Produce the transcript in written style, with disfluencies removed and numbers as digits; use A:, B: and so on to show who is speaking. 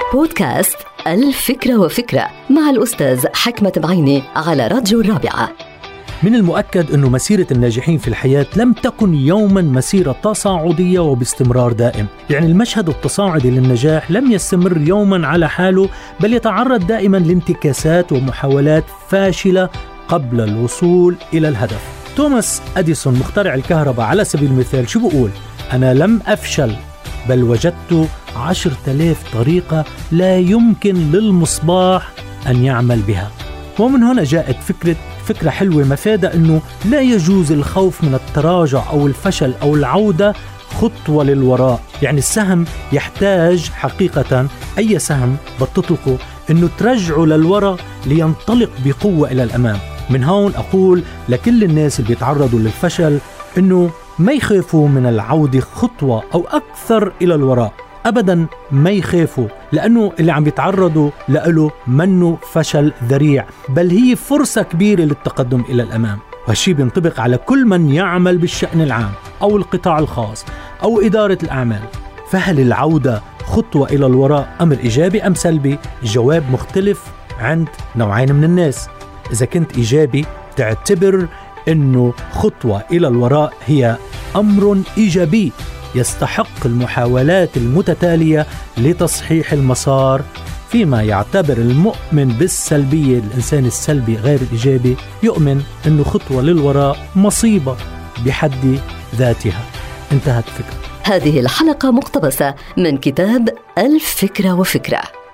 A: بودكاست الفكرة وفكرة مع الأستاذ حكمة بعيني على راديو الرابعة.
B: من المؤكد أن مسيرة الناجحين في الحياة لم تكن يوما مسيرة تصاعدية وباستمرار دائم. يعني المشهد التصاعدي للنجاح لم يستمر يوما على حاله، بل يتعرض دائما لانتكاسات ومحاولات فاشلة قبل الوصول إلى الهدف. توماس أديسون مخترع الكهرباء على سبيل المثال شو بقول؟ أنا لم أفشل، بل وجدت 10,000 طريقة لا يمكن للمصباح أن يعمل بها. ومن هنا جاءت فكرة حلوة مفادة أنه لا يجوز الخوف من التراجع أو الفشل أو العودة خطوة للوراء. يعني السهم يحتاج حقيقة، أي سهم بتطلقه، أنه ترجعه للوراء لينطلق بقوة إلى الأمام. من هون أقول لكل الناس اللي بيتعرضوا للفشل أنه ما يخافوا من العودة خطوة أو أكثر إلى الوراء، أبدا ما يخافوا، لأنه اللي عم بيتعرضوا له منه فشل ذريع، بل هي فرصة كبيرة للتقدم إلى الأمام. وهالشي بينطبق على كل من يعمل بالشأن العام أو القطاع الخاص أو إدارة الأعمال. فهل العودة خطوة إلى الوراء أمر إيجابي أم سلبي؟ الجواب مختلف عند نوعين من الناس. إذا كنت إيجابي تعتبر أنه خطوة إلى الوراء هي أمر إيجابي يستحق المحاولات المتتالية لتصحيح المسار، فيما يعتبر المؤمن بالسلبية، الإنسان السلبي غير الإيجابي، يؤمن أنه خطوة للوراء مصيبة بحد ذاتها. انتهت فكرة.
A: هذه الحلقة مقتبسة من كتاب الفكرة وفكرة.